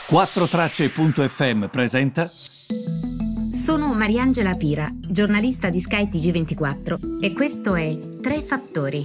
4Tracce.fm presenta. Sono Mariangela Pira, giornalista di Sky TG24 e questo è Tre Fattori.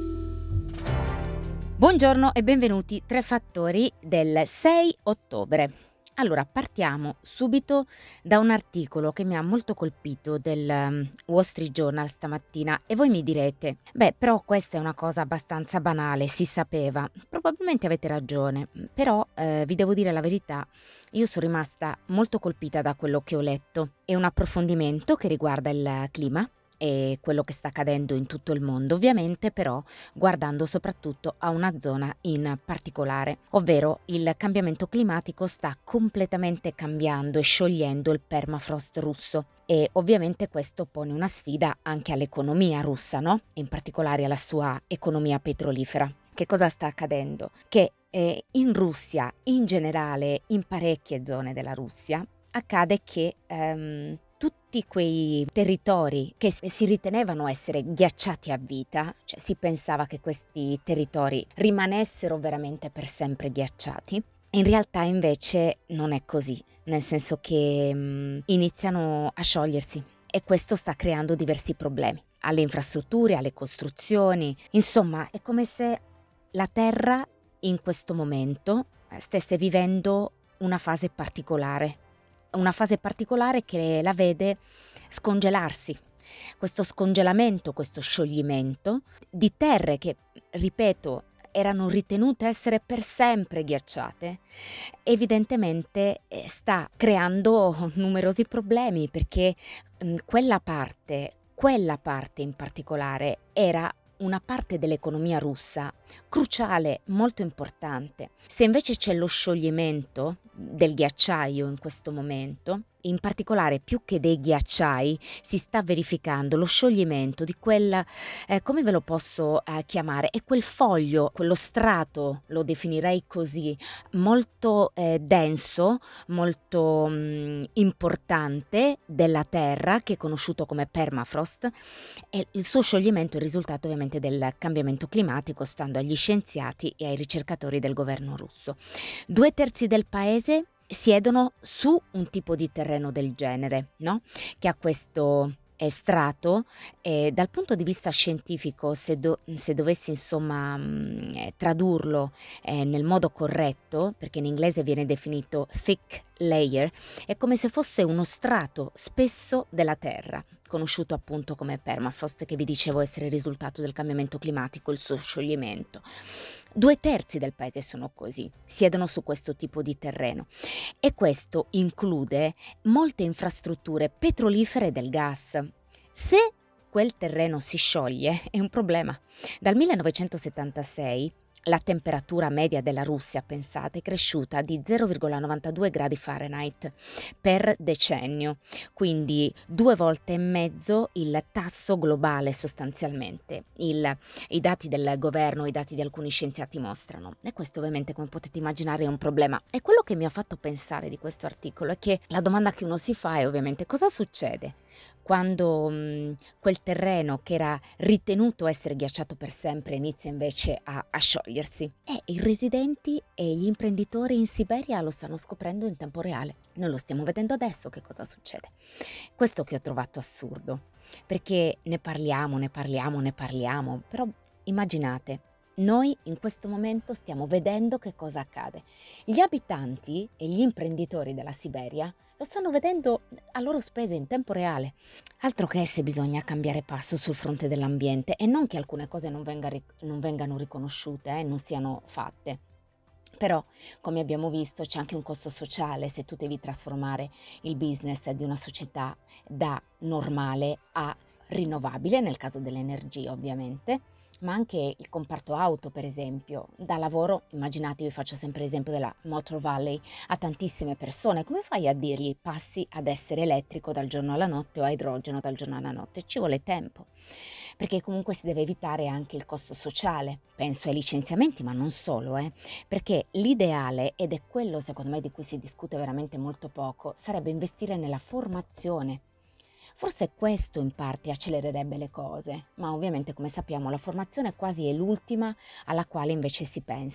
Buongiorno e benvenuti. Tre Fattori del 6 ottobre. Allora, partiamo subito da un articolo che mi ha molto colpito del Wall Street Journal stamattina e voi mi direte, però questa è una cosa abbastanza banale, si sapeva. Probabilmente avete ragione, però vi devo dire la verità, io sono rimasta molto colpita da quello che ho letto. È un approfondimento che riguarda il clima e quello che sta accadendo in tutto il mondo, ovviamente però guardando soprattutto a una zona in particolare, ovvero il cambiamento climatico sta completamente cambiando e sciogliendo il permafrost russo e ovviamente questo pone una sfida anche all'economia russa, no? In particolare alla sua economia petrolifera. Che cosa sta accadendo? Che in Russia, in generale, in parecchie zone della Russia, accade che tutti quei territori che si ritenevano essere ghiacciati a vita, cioè si pensava che questi territori rimanessero veramente per sempre ghiacciati, in realtà invece non è così, nel senso che iniziano a sciogliersi e questo sta creando diversi problemi alle infrastrutture, alle costruzioni, insomma è come se la Terra in questo momento stesse vivendo una fase particolare che la vede scongelarsi. Questo scongelamento, questo scioglimento di terre che, ripeto, erano ritenute essere per sempre ghiacciate, evidentemente sta creando numerosi problemi perché quella parte in particolare era una parte dell'economia russa cruciale, molto importante. Se invece c'è lo scioglimento del ghiacciaio in questo momento, in particolare più che dei ghiacciai si sta verificando lo scioglimento di quel, come ve lo posso chiamare, è quel foglio, quello strato, lo definirei così, molto denso, molto importante della Terra, che è conosciuto come permafrost, e il suo scioglimento è il risultato ovviamente del cambiamento climatico, stando agli scienziati e ai ricercatori del governo russo. 2/3 del paese siedono su un tipo di terreno del genere, no? Che ha questo strato dal punto di vista scientifico, se dovessi insomma tradurlo nel modo corretto, perché in inglese viene definito thick layer, è come se fosse uno strato spesso della terra, conosciuto appunto come permafrost, che vi dicevo essere il risultato del cambiamento climatico, il suo scioglimento. 2/3 del paese sono così, siedono su questo tipo di terreno e questo include molte infrastrutture petrolifere del gas. Se quel terreno si scioglie è un problema. Dal 1976 la temperatura media della Russia, pensate, è cresciuta di 0,92 gradi Fahrenheit per decennio, quindi 2 volte e mezzo il tasso globale sostanzialmente. I dati del governo, i dati di alcuni scienziati mostrano. E questo ovviamente, come potete immaginare, è un problema. E quello che mi ha fatto pensare di questo articolo è che la domanda che uno si fa è ovviamente cosa succede quando quel terreno che era ritenuto essere ghiacciato per sempre inizia invece a sciogliersi. E i residenti e gli imprenditori in Siberia lo stanno scoprendo in tempo reale. Noi lo stiamo vedendo adesso che cosa succede. Questo che ho trovato assurdo, perché ne parliamo, però immaginate, noi in questo momento stiamo vedendo che cosa accade. Gli abitanti e gli imprenditori della Siberia lo stanno vedendo a loro spese in tempo reale. Altro che se bisogna cambiare passo sul fronte dell'ambiente e non che alcune cose non vengano riconosciute, non siano fatte. Però, come abbiamo visto, c'è anche un costo sociale se tu devi trasformare il business di una società da normale a rinnovabile, nel caso dell'energia ovviamente, ma anche il comparto auto, per esempio, da lavoro, immaginatevi, faccio sempre l'esempio della Motor Valley, a tantissime persone, come fai a dirgli passi ad essere elettrico dal giorno alla notte o a idrogeno dal giorno alla notte? Ci vuole tempo, perché comunque si deve evitare anche il costo sociale, penso ai licenziamenti, ma non solo, perché l'ideale, ed è quello secondo me di cui si discute veramente molto poco, sarebbe investire nella formazione. Forse questo in parte accelererebbe le cose, ma ovviamente come sappiamo la formazione quasi è l'ultima alla quale invece si pensa.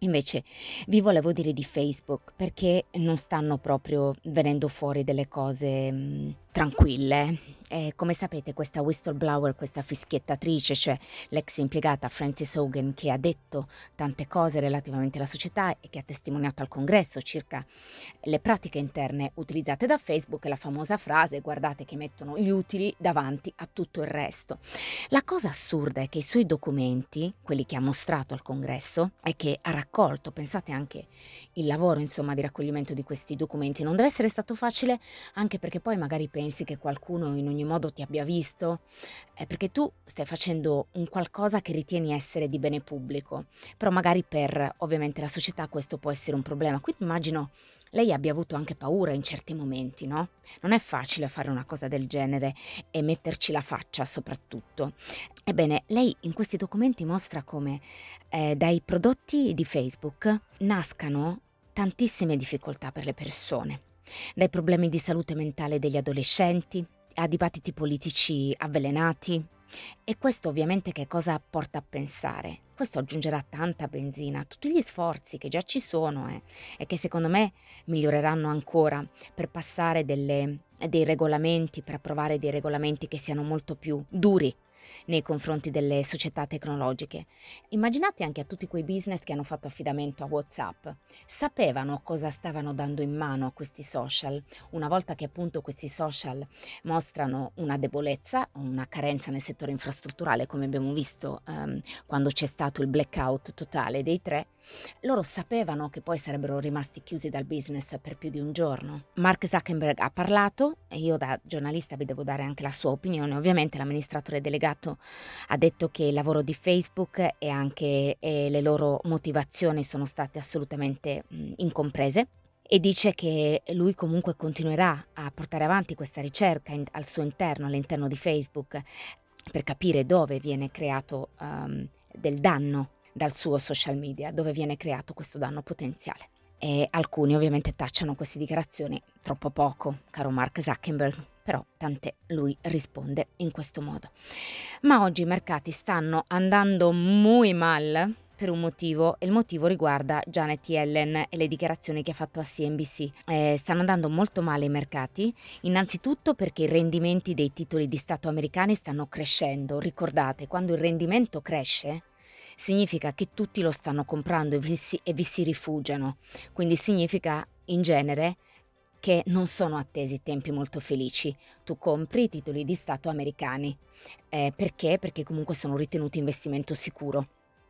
Invece vi volevo dire di Facebook, perché non stanno proprio venendo fuori delle cose, tranquille. Come sapete questa whistleblower, questa fischiettatrice, cioè l'ex impiegata Frances Haugen, che ha detto tante cose relativamente alla società e che ha testimoniato al congresso circa le pratiche interne utilizzate da Facebook, e la famosa frase: "Guardate che mettono gli utili davanti a tutto il resto". La cosa assurda è che i suoi documenti, quelli che ha mostrato al congresso e che ha raccolto, pensate anche il lavoro insomma di raccoglimento di questi documenti, non deve essere stato facile, anche perché poi magari pensi che qualcuno in ogni modo ti abbia visto, perché tu stai facendo un qualcosa che ritieni essere di bene pubblico, però magari per ovviamente la società questo può essere un problema. Quindi immagino lei abbia avuto anche paura in certi momenti, no? Non è facile fare una cosa del genere e metterci la faccia soprattutto. Ebbene, lei in questi documenti mostra come, dai prodotti di Facebook nascano tantissime difficoltà per le persone, dai problemi di salute mentale degli adolescenti, a dibattiti politici avvelenati. E questo ovviamente che cosa porta a pensare? Questo aggiungerà tanta benzina a tutti gli sforzi che già ci sono, e che secondo me miglioreranno ancora per passare dei regolamenti, per approvare dei regolamenti che siano molto più duri nei confronti delle società tecnologiche. Immaginate anche a tutti quei business che hanno fatto affidamento a WhatsApp. Sapevano cosa stavano dando in mano a questi social, una volta che appunto questi social mostrano una debolezza, una carenza nel settore infrastrutturale, come abbiamo visto quando c'è stato il blackout totale dei tre. Loro sapevano che poi sarebbero rimasti chiusi dal business per più di un giorno. Mark Zuckerberg ha parlato e io da giornalista vi devo dare anche la sua opinione. Ovviamente l'amministratore delegato ha detto che il lavoro di Facebook e anche le loro motivazioni sono state assolutamente incomprese, e dice che lui comunque continuerà a portare avanti questa ricerca al suo interno, all'interno di Facebook, per capire dove viene creato del danno dal suo social media, dove viene creato questo danno potenziale. E alcuni ovviamente tacciano queste dichiarazioni troppo poco, caro Mark Zuckerberg, però tant'è, lui risponde in questo modo. Ma oggi i mercati stanno andando muy mal per un motivo, e il motivo riguarda Janet Yellen e le dichiarazioni che ha fatto a CNBC. Stanno andando molto male i mercati, innanzitutto perché i rendimenti dei titoli di Stato americani stanno crescendo. Ricordate, quando il rendimento cresce significa che tutti lo stanno comprando e vi si rifugiano, quindi significa in genere che non sono attesi tempi molto felici. Tu compri i titoli di Stato americani. Perché? Perché comunque sono ritenuti investimento sicuro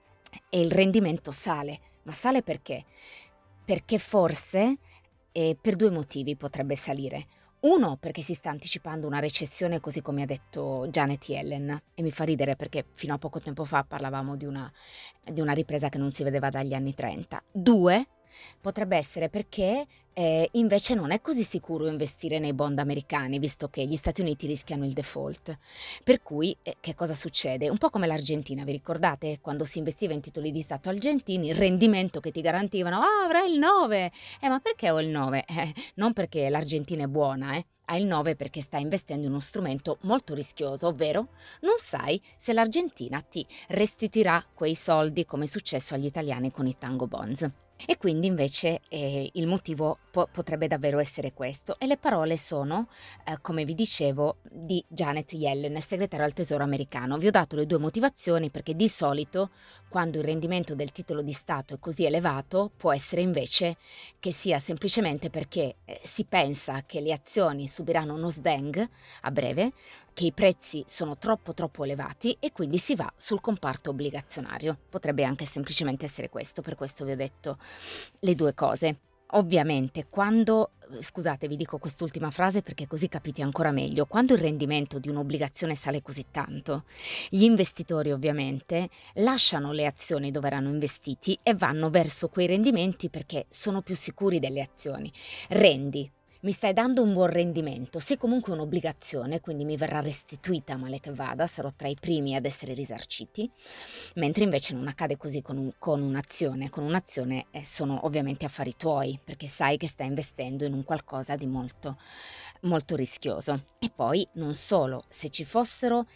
e il rendimento sale. Ma sale perché? Perché forse, per 2 motivi potrebbe salire. Uno, perché si sta anticipando una recessione, così come ha detto Janet Yellen, e mi fa ridere perché fino a poco tempo fa parlavamo di una ripresa che non si vedeva dagli anni '30. 2, potrebbe essere perché, invece non è così sicuro investire nei bond americani, visto che gli Stati Uniti rischiano il default. Per cui, che cosa succede? Un po' come l'Argentina, vi ricordate? Quando si investiva in titoli di Stato argentini, il rendimento che ti garantivano: "Ah, avrai il 9". Ma perché ho il 9? Non perché l'Argentina è buona, ha il 9 perché sta investendo in uno strumento molto rischioso, ovvero non sai se l'Argentina ti restituirà quei soldi, come è successo agli italiani con i Tango Bonds. E quindi invece il motivo potrebbe davvero essere questo. E le parole sono, come vi dicevo, di Janet Yellen, segretario al Tesoro americano. Vi ho dato le 2 motivazioni perché di solito quando il rendimento del titolo di Stato è così elevato può essere invece che sia semplicemente perché si pensa che le azioni subiranno uno sdeng a breve, che i prezzi sono troppo elevati e quindi si va sul comparto obbligazionario. Potrebbe anche semplicemente essere questo, per questo vi ho detto le 2 cose. Ovviamente quando scusate, vi dico quest'ultima frase perché così capite ancora meglio, quando il rendimento di un'obbligazione sale così tanto, gli investitori ovviamente lasciano le azioni dove erano investiti e vanno verso quei rendimenti perché sono più sicuri delle azioni. Rendi, mi stai dando un buon rendimento, sei comunque un'obbligazione, quindi mi verrà restituita male che vada, sarò tra i primi ad essere risarciti, mentre invece non accade così con un'azione. Con un'azione sono ovviamente affari tuoi, perché sai che stai investendo in un qualcosa di molto, molto rischioso. E poi non solo, se ci fossero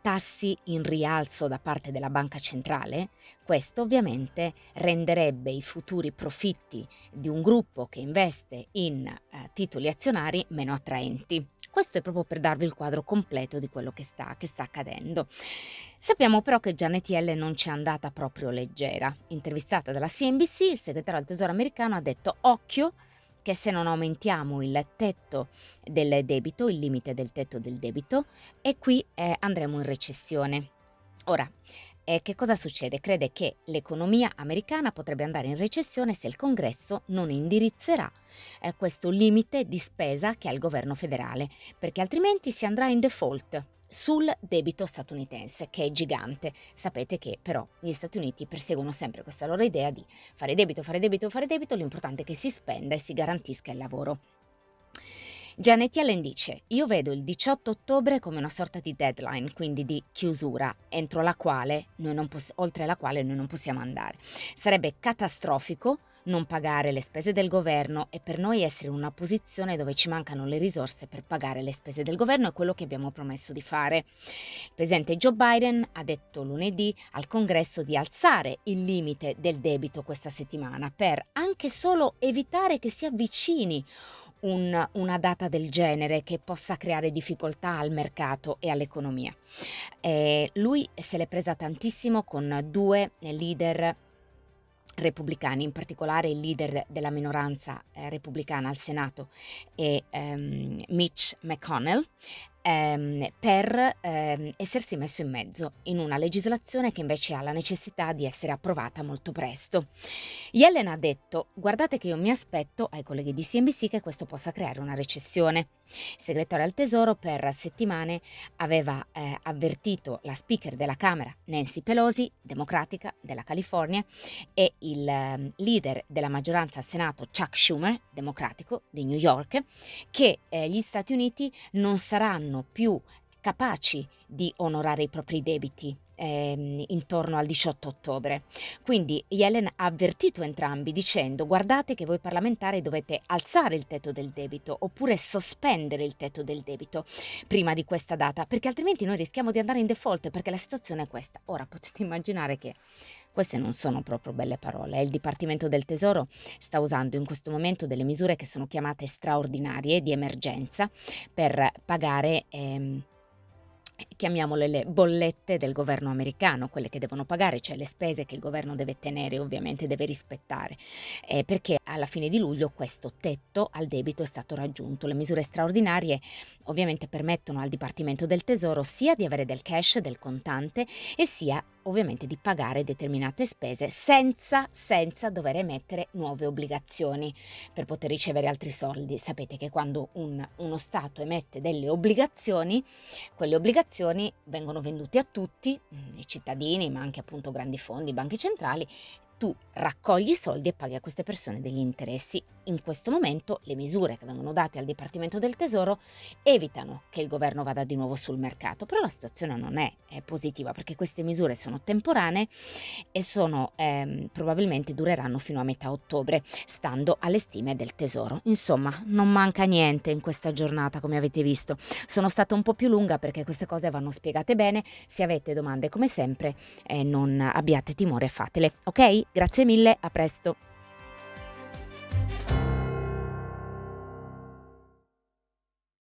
tassi in rialzo da parte della banca centrale, questo ovviamente renderebbe i futuri profitti di un gruppo che investe in titoli azionari meno attraenti. Questo è proprio per darvi il quadro completo di quello che sta accadendo. Sappiamo però che Janet Yellen non ci è andata proprio leggera. Intervistata dalla CNBC, il segretario al Tesoro americano ha detto: occhio che se non aumentiamo il tetto del debito, il limite del tetto del debito, e qui andremo in recessione. Ora, che cosa succede? Crede che l'economia americana potrebbe andare in recessione se il Congresso non indirizzerà questo limite di spesa che ha il governo federale, perché altrimenti si andrà in default sul debito statunitense, che è gigante. Sapete che però gli Stati Uniti perseguono sempre questa loro idea di fare debito, fare debito, fare debito, l'importante è che si spenda e si garantisca il lavoro. Janet Yellen dice: io vedo il 18 ottobre come una sorta di deadline, quindi di chiusura, entro la quale oltre la quale noi non possiamo andare. Sarebbe catastrofico non pagare le spese del governo e per noi essere in una posizione dove ci mancano le risorse per pagare le spese del governo è quello che abbiamo promesso di fare. Il presidente Joe Biden ha detto lunedì al Congresso di alzare il limite del debito questa settimana per anche solo evitare che si avvicini una data del genere che possa creare difficoltà al mercato e all'economia. Lui se l'è presa tantissimo con due leader repubblicani, in particolare il leader della minoranza repubblicana al Senato e Mitch McConnell, per essersi messo in mezzo in una legislazione che invece ha la necessità di essere approvata molto presto. Yellen ha detto: guardate che io mi aspetto ai colleghi di CNBC che questo possa creare una recessione. Il segretario al Tesoro per settimane aveva avvertito la speaker della Camera Nancy Pelosi, democratica della California, e il leader della maggioranza al Senato Chuck Schumer, democratico di New York, che gli Stati Uniti non saranno più capaci di onorare i propri debiti intorno al 18 ottobre. Quindi Yellen ha avvertito entrambi dicendo: guardate che voi parlamentari dovete alzare il tetto del debito oppure sospendere il tetto del debito prima di questa data, perché altrimenti noi rischiamo di andare in default, perché la situazione è questa. Ora potete immaginare che queste non sono proprio belle parole. Il Dipartimento del Tesoro sta usando in questo momento delle misure che sono chiamate straordinarie di emergenza per pagare chiamiamole le bollette del governo americano, quelle che devono pagare, cioè le spese che il governo deve tenere, ovviamente deve rispettare, perché alla fine di luglio questo tetto al debito è stato raggiunto. Le misure straordinarie ovviamente permettono al Dipartimento del Tesoro sia di avere del cash, del contante, e sia ovviamente di pagare determinate spese senza dover emettere nuove obbligazioni per poter ricevere altri soldi. Sapete che quando uno Stato emette delle obbligazioni, quelle obbligazioni vengono vendute a tutti, i cittadini, ma anche appunto grandi fondi, banche centrali. Tu raccogli i soldi e paghi a queste persone degli interessi. In questo momento le misure che vengono date al Dipartimento del Tesoro evitano che il governo vada di nuovo sul mercato, però la situazione non è positiva, perché queste misure sono temporanee e probabilmente dureranno fino a metà ottobre, stando alle stime del Tesoro. Insomma, non manca niente in questa giornata, come avete visto. Sono stata un po' più lunga perché queste cose vanno spiegate bene. Se avete domande, come sempre, non abbiate timore, fatele. Ok? Grazie mille, a presto.